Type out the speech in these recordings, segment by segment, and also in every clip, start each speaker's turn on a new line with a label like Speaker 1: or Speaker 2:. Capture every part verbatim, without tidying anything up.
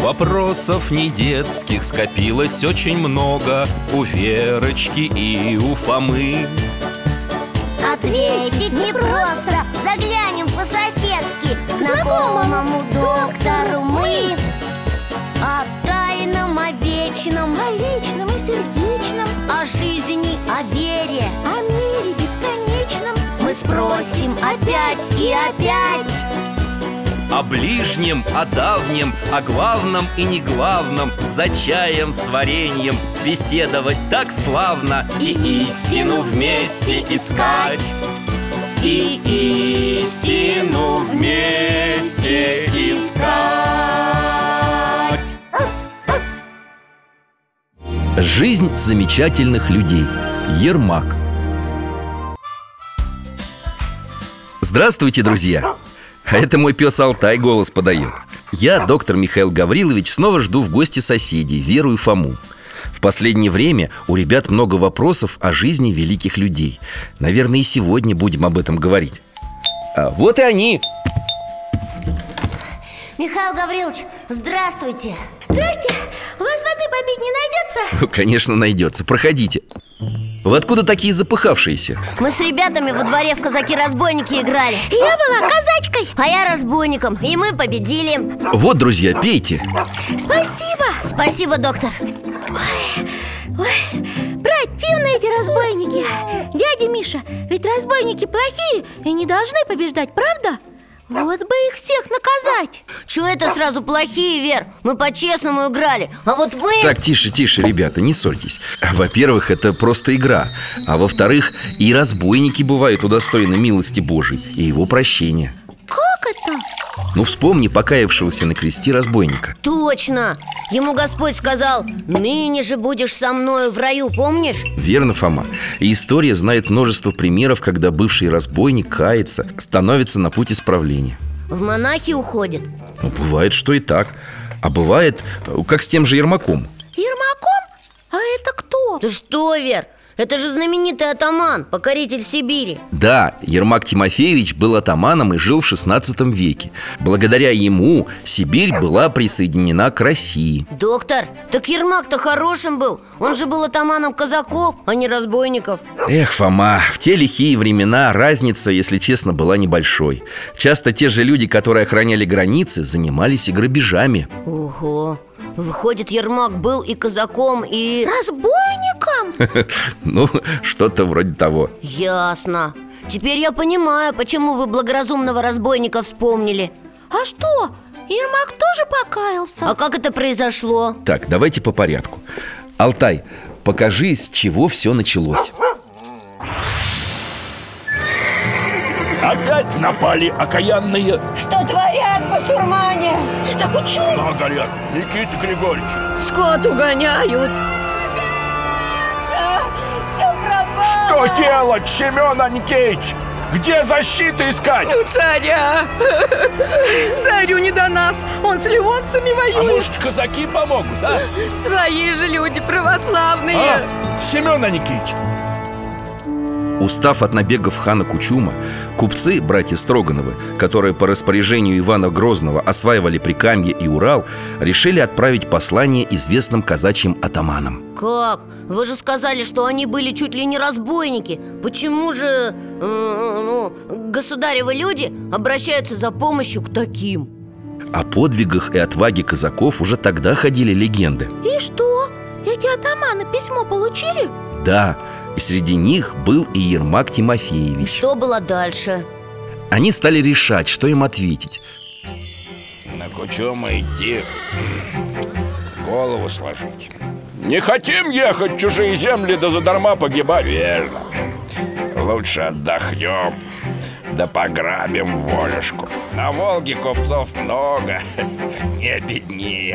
Speaker 1: Вопросов не детских скопилось очень много у Верочки и у Фомы.
Speaker 2: Ответить непросто, заглянем по-соседски знакомому доктору мы. О тайном, о вечном,
Speaker 3: о личном и сердечном,
Speaker 2: о жизни, о вере,
Speaker 3: о мире бесконечном
Speaker 2: мы спросим опять и опять.
Speaker 1: О ближнем, о давнем, о главном и неглавном, за чаем с вареньем беседовать так славно.
Speaker 2: И истину вместе искать,
Speaker 1: и истину вместе искать.
Speaker 4: Жизнь замечательных людей. Ермак. Здравствуйте, друзья! А это мой пес Алтай голос подает. Я, доктор Михаил Гаврилович, снова жду в гости соседей Веру и Фому. В последнее время у ребят много вопросов о жизни великих людей. Наверное, и сегодня будем об этом говорить. А вот и они.
Speaker 2: Михаил Гаврилович, здравствуйте.
Speaker 3: Здрасте, у вас воды попить не найдется?
Speaker 4: Ну, конечно, найдется, проходите. Вы откуда такие запыхавшиеся?
Speaker 2: Мы с ребятами во дворе в казаки-разбойники играли.
Speaker 3: Я была казачкой.
Speaker 2: А я разбойником, и мы победили.
Speaker 4: Вот, друзья, пейте.
Speaker 3: Спасибо.
Speaker 2: Спасибо, доктор.
Speaker 3: Ой, ой, противные эти разбойники. Дядя Миша, ведь разбойники плохие и не должны побеждать, правда? Вот бы их всех наказать.
Speaker 2: Чего это сразу плохие, Вер? Мы по-честному играли, а вот вы...
Speaker 4: Так, тише, тише, ребята, не ссорьтесь. Во-первых, это просто игра. А во-вторых, и разбойники бывают удостоены милости Божией и его прощения.
Speaker 3: Как это?
Speaker 4: Ну, вспомни покаявшегося на кресте разбойника.
Speaker 2: Точно! Ему Господь сказал: ныне же будешь со мною в раю, помнишь?
Speaker 4: Верно, Фома. И история знает множество примеров, когда бывший разбойник кается, становится на путь исправления.
Speaker 2: В монахи уходит?
Speaker 4: Ну, бывает, что и так. А бывает, как с тем же Ермаком.
Speaker 3: Ермаком? А это кто?
Speaker 2: Ты что, Вер? Это же знаменитый атаман, покоритель Сибири.
Speaker 4: Да, Ермак Тимофеевич был атаманом и жил в шестнадцатом веке. Благодаря ему Сибирь была присоединена к России.
Speaker 2: Доктор, так Ермак-то хорошим был. Он же был атаманом казаков, а не разбойников.
Speaker 4: Эх, Фома, в те лихие времена разница, если честно, была небольшой. Часто те же люди, которые охраняли границы, занимались и грабежами.
Speaker 2: Ого! Выходит, Ермак был и казаком, и...
Speaker 3: разбойником?
Speaker 4: Ну, что-то вроде того.
Speaker 2: Ясно. Теперь я понимаю, почему вы благоразумного разбойника вспомнили.
Speaker 3: А что, Ермак тоже покаялся?
Speaker 2: А как это произошло?
Speaker 4: Так, давайте по порядку. Алтай, покажи, с чего все началось.
Speaker 5: Опять напали окаянные.
Speaker 6: Что творят басурмане?
Speaker 3: Это почему?
Speaker 5: На горят, Никита Григорьевич.
Speaker 6: Скот угоняют. Да, все пропало.
Speaker 5: Что делать, Семен Аникеевич? Где защиты искать?
Speaker 6: У царя. Царю не до нас, он с ливонцами
Speaker 5: А
Speaker 6: воюет.
Speaker 5: может, казаки помогут, а?
Speaker 6: Свои же люди православные.
Speaker 5: А? Семен Аникеевич.
Speaker 4: Устав от набегов хана Кучума, купцы, братья Строгановы, которые по распоряжению Ивана Грозного осваивали Прикамье и Урал, решили отправить послание известным казачьим атаманам.
Speaker 2: Как? Вы же сказали, что они были чуть ли не разбойники. Почему же, э, ну, государевы люди обращаются за помощью к таким?
Speaker 4: О подвигах и отваге казаков уже тогда ходили легенды.
Speaker 3: И что? Эти атаманы письмо получили?
Speaker 4: Да, и среди них был и Ермак Тимофеевич.
Speaker 2: Что было дальше?
Speaker 4: Они стали решать, что им ответить.
Speaker 5: На Кучума идти, голову сложить. Не хотим ехать в чужие земли, да задарма погибать. Верно. Лучше отдохнем, да пограбим волюшку. На Волге купцов много, не обеднеем.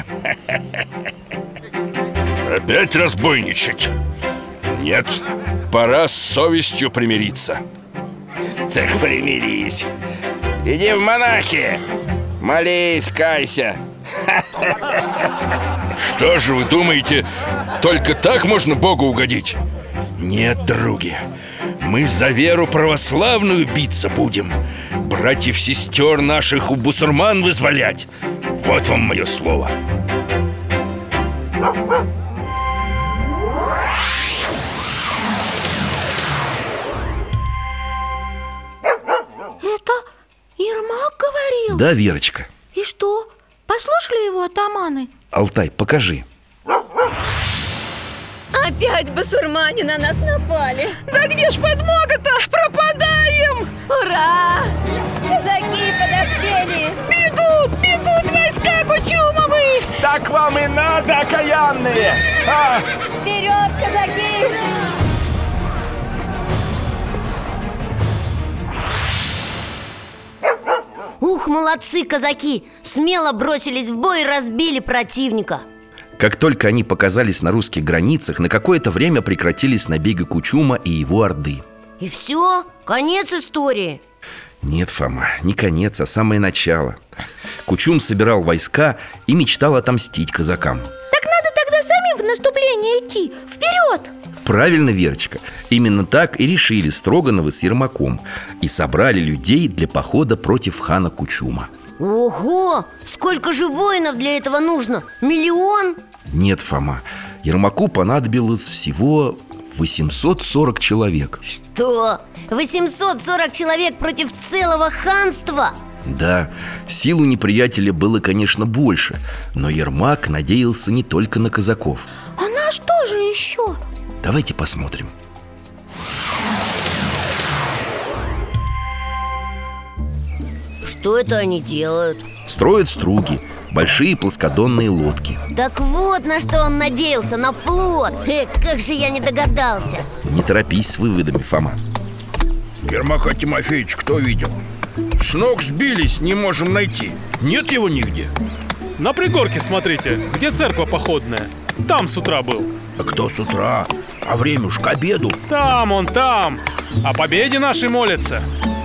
Speaker 5: Опять разбойничать? Нет, пора с совестью примириться. Так примирись. Иди в монахи, молись, кайся. Что же вы думаете, только так можно Богу угодить? Нет, други, мы за веру православную биться будем, братьев-сестер наших у бусурман вызволять. Вот вам мое слово.
Speaker 3: Это Ермак говорил?
Speaker 4: Да, Верочка.
Speaker 3: И что? Послушали его атаманы?
Speaker 4: Алтай, покажи.
Speaker 2: Опять басурмане на нас напали.
Speaker 6: Да где ж подмога-то? Пропадаем!
Speaker 2: Ура! Казаки подоспели.
Speaker 6: Бегут, бегут войска Кучумовы!
Speaker 5: Так вам и надо, окаянные! А!
Speaker 2: Вперед, казаки! Ух, молодцы, казаки! Смело бросились в бой и разбили противника.
Speaker 4: Как только они показались на русских границах, на какое-то время прекратились набеги Кучума и его орды.
Speaker 2: И все? Конец истории?
Speaker 4: Нет, Фома, не конец, а самое начало. Кучум собирал войска и мечтал отомстить казакам.
Speaker 3: Так надо тогда самим в наступление идти. Вперед!
Speaker 4: Правильно, Верочка. Именно так и решили Строгановы с Ермаком. И собрали людей для похода против хана Кучума.
Speaker 2: Ого! Сколько же воинов для этого нужно? Миллион?
Speaker 4: Нет, Фома, Ермаку понадобилось всего восемьсот сорок человек.
Speaker 2: Что? восемьсот сорок человек против целого ханства?
Speaker 4: Да, сил у неприятеля было, конечно, больше. Но Ермак надеялся не только на казаков.
Speaker 3: А на что же еще?
Speaker 4: Давайте посмотрим.
Speaker 2: Что это они делают?
Speaker 4: Строят струги, большие плоскодонные лодки.
Speaker 2: Так вот на что он надеялся, на флот. Эх, как же я не догадался.
Speaker 4: Не торопись с выводами, Фома.
Speaker 5: Ермака Тимофеевич кто видел? С ног сбились, не можем найти. Нет его нигде.
Speaker 7: На пригорке смотрите, где церковь походная. Там с утра был.
Speaker 5: А кто с утра? А время уж к обеду.
Speaker 7: Там он, там. О победе нашей молятся.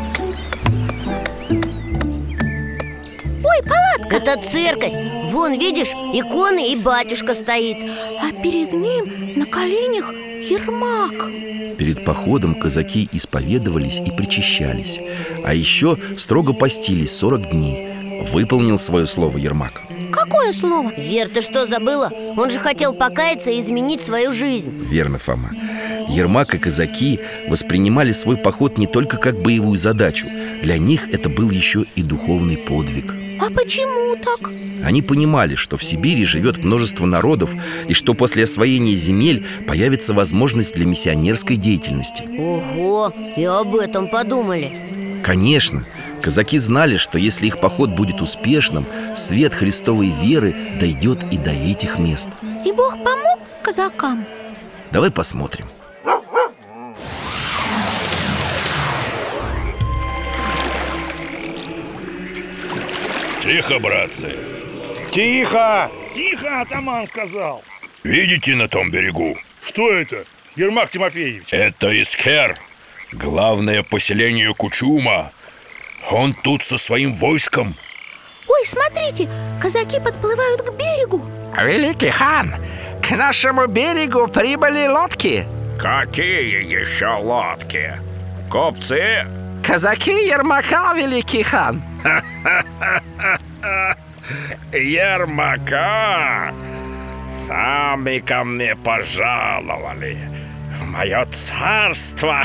Speaker 3: Ой, палатка!
Speaker 2: Это церковь. Вон, видишь, иконы и батюшка стоит.
Speaker 3: А перед ним на коленях Ермак.
Speaker 4: Перед походом казаки исповедовались и причащались. А еще строго постились сорок дней. Выполнил свое слово Ермак.
Speaker 3: Какое слово?
Speaker 2: Вер, ты что, забыла? Он же хотел покаяться и изменить свою жизнь.
Speaker 4: Верно, Фома. Ермак и казаки воспринимали свой поход не только как боевую задачу. Для них это был еще и духовный подвиг.
Speaker 3: А почему так?
Speaker 4: Они понимали, что в Сибири живет множество народов, и что после освоения земель появится возможность для миссионерской деятельности.
Speaker 2: Ого, и об этом подумали.
Speaker 4: Конечно, казаки знали, что если их поход будет успешным, свет Христовой веры дойдет и до этих мест.
Speaker 3: И Бог помог казакам?
Speaker 4: Давай посмотрим.
Speaker 5: Тихо, братцы.
Speaker 8: Тихо! Тихо, атаман сказал.
Speaker 5: Видите на том берегу?
Speaker 8: Что это, Ермак Тимофеевич?
Speaker 5: Это Искер, главное поселение Кучума. Он тут со своим войском.
Speaker 3: Ой, смотрите, казаки подплывают к берегу.
Speaker 9: Великий хан, к нашему берегу прибыли лодки.
Speaker 5: Какие еще лодки? Купцы?
Speaker 9: Казаки Ермака, великий хан.
Speaker 5: Ермака сами ко мне пожаловали в мое царство.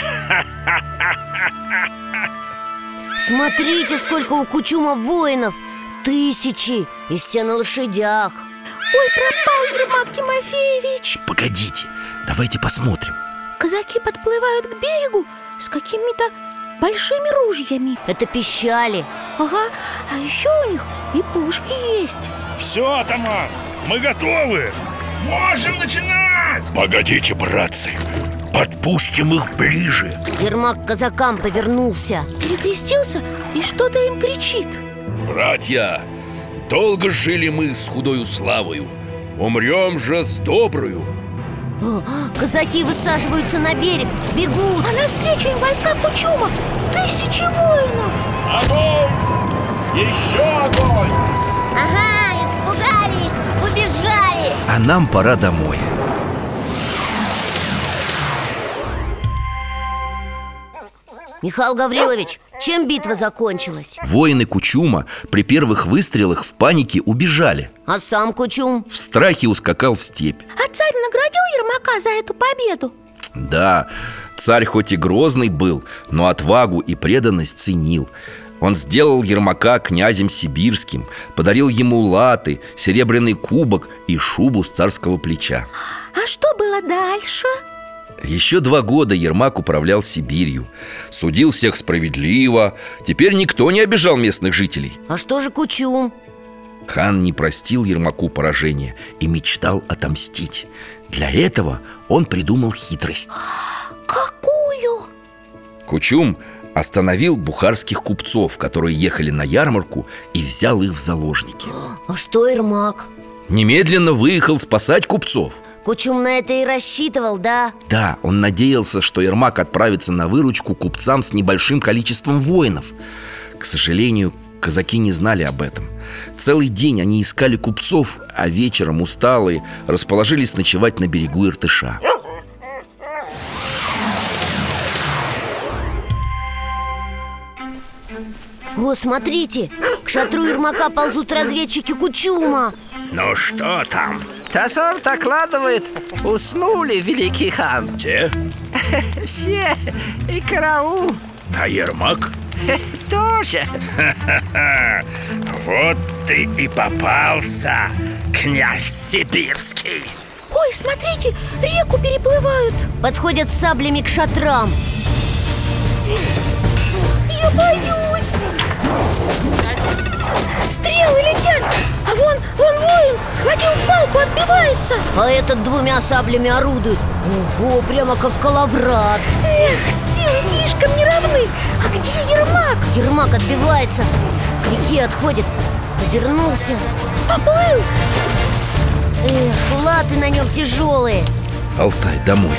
Speaker 2: Смотрите, сколько у Кучума воинов. Тысячи, и все на лошадях.
Speaker 3: Ой, пропал Ермак Тимофеевич.
Speaker 4: Погодите, давайте посмотрим.
Speaker 3: Казаки подплывают к берегу с какими-то большими ружьями.
Speaker 2: Это пищали.
Speaker 3: Ага, а еще у них и пушки есть.
Speaker 8: Все, атаман, мы готовы. Можем начинать.
Speaker 5: Погодите, братцы, подпустим их ближе.
Speaker 2: Ермак к казакам повернулся.
Speaker 3: Перекрестился и что-то им кричит.
Speaker 5: Братья, долго жили мы с худою славою, умрем же с доброю.
Speaker 2: О, казаки высаживаются на берег, бегут.
Speaker 3: А навстречу им войска Кучума. Тысячи воинов.
Speaker 5: Огонь! Еще огонь!
Speaker 2: Ага, испугались, убежали.
Speaker 4: А нам пора домой.
Speaker 2: Михаил Гаврилович, Чем битва закончилась?
Speaker 4: Воины Кучума при первых выстрелах в панике убежали.
Speaker 2: А сам Кучум?
Speaker 4: В страхе ускакал в степь.
Speaker 3: А царь наградил Ермака за эту победу?
Speaker 4: Да, царь хоть и грозный был, но отвагу и преданность ценил. Он сделал Ермака князем сибирским, подарил ему латы, серебряный кубок и шубу с царского плеча.
Speaker 3: А что было дальше?
Speaker 4: Еще два года Ермак управлял Сибирью. Судил всех справедливо. Теперь никто не обижал местных жителей.
Speaker 2: А что же Кучум?
Speaker 4: Хан не простил Ермаку поражения и мечтал отомстить. Для этого он придумал хитрость.
Speaker 3: Какую?
Speaker 4: Кучум остановил бухарских купцов, которые ехали на ярмарку, и взял их в заложники.
Speaker 2: А что Ермак?
Speaker 4: Немедленно выехал спасать купцов.
Speaker 2: Кучум на это и рассчитывал, да?
Speaker 4: Да, он надеялся, что Ермак отправится на выручку купцам с небольшим количеством воинов. К сожалению, казаки не знали об этом. Целый день они искали купцов, а вечером, усталые, расположились ночевать на берегу Иртыша.
Speaker 2: О, смотрите, к шатру Ермака ползут разведчики Кучума.
Speaker 9: Ну что там? Дозор докладывает, уснули, великий хан.
Speaker 5: Те?
Speaker 9: Все, и караул.
Speaker 5: А Ермак?
Speaker 9: Тоже.
Speaker 5: Вот ты и попался, князь сибирский.
Speaker 3: Ой, смотрите, реку переплывают.
Speaker 2: Подходят с саблями к шатрам.
Speaker 3: Я боюсь. Стрелы летят. А вон, вон воин схватил палку, отбивается.
Speaker 2: А этот двумя саблями орудует. Ого, прямо как коловрат.
Speaker 3: Эх, силы слишком неравны. А где Ермак?
Speaker 2: Ермак отбивается, к реке отходит, обернулся.
Speaker 3: Поплыл.
Speaker 2: Эх, латы на нем тяжелые.
Speaker 4: Алтай, домой.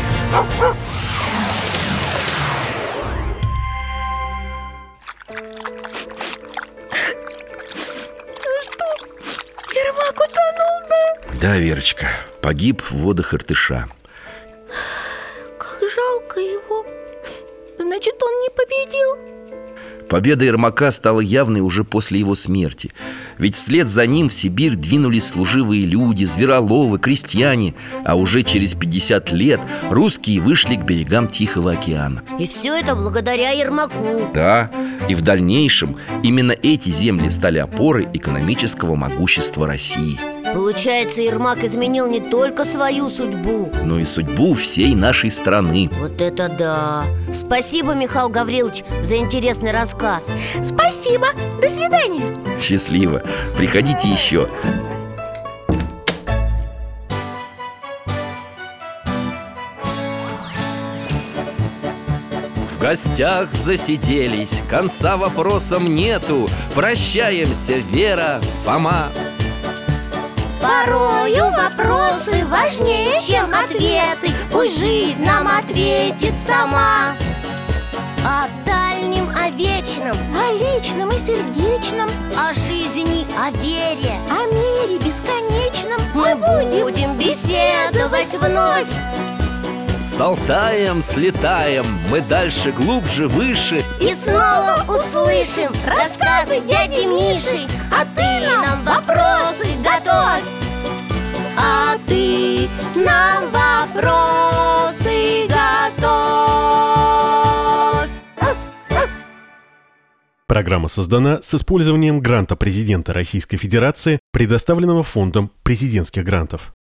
Speaker 3: Ермак утонул, да?
Speaker 4: Да, Верочка, погиб в водах Иртыша.
Speaker 3: Как жалко его. Значит, он не победил.
Speaker 4: Победа Ермака стала явной уже после его смерти. Ведь вслед за ним в Сибирь двинулись служивые люди, звероловы, крестьяне. А уже через пятьдесят лет русские вышли к берегам Тихого океана.
Speaker 2: И все это благодаря Ермаку.
Speaker 4: Да, и в дальнейшем именно эти земли стали опорой экономического могущества России.
Speaker 2: Получается, Ермак изменил не только свою судьбу,
Speaker 4: но и судьбу всей нашей страны.
Speaker 2: Вот это да! Спасибо, Михаил Гаврилович, за интересный рассказ.
Speaker 3: Спасибо, до свидания.
Speaker 4: Счастливо, приходите еще.
Speaker 1: В гостях засиделись, конца вопросам нету. Прощаемся, Вера, Фома.
Speaker 3: Порою вопросы важнее, чем ответы. Пусть жизнь нам ответит сама.
Speaker 2: О дальнем, о вечном,
Speaker 3: О личном и сердечном,
Speaker 2: о жизни, о вере.
Speaker 3: о мире бесконечном
Speaker 2: Мы будем беседовать вновь.
Speaker 1: С Алтаем слетаем, мы дальше, глубже, выше.
Speaker 2: И снова услышим рассказы дяди Миши. А ты нам вопросы готовь. А ты нам вопросы готовь.
Speaker 7: Программа создана с использованием гранта президента Российской Федерации, предоставленного Фондом президентских грантов.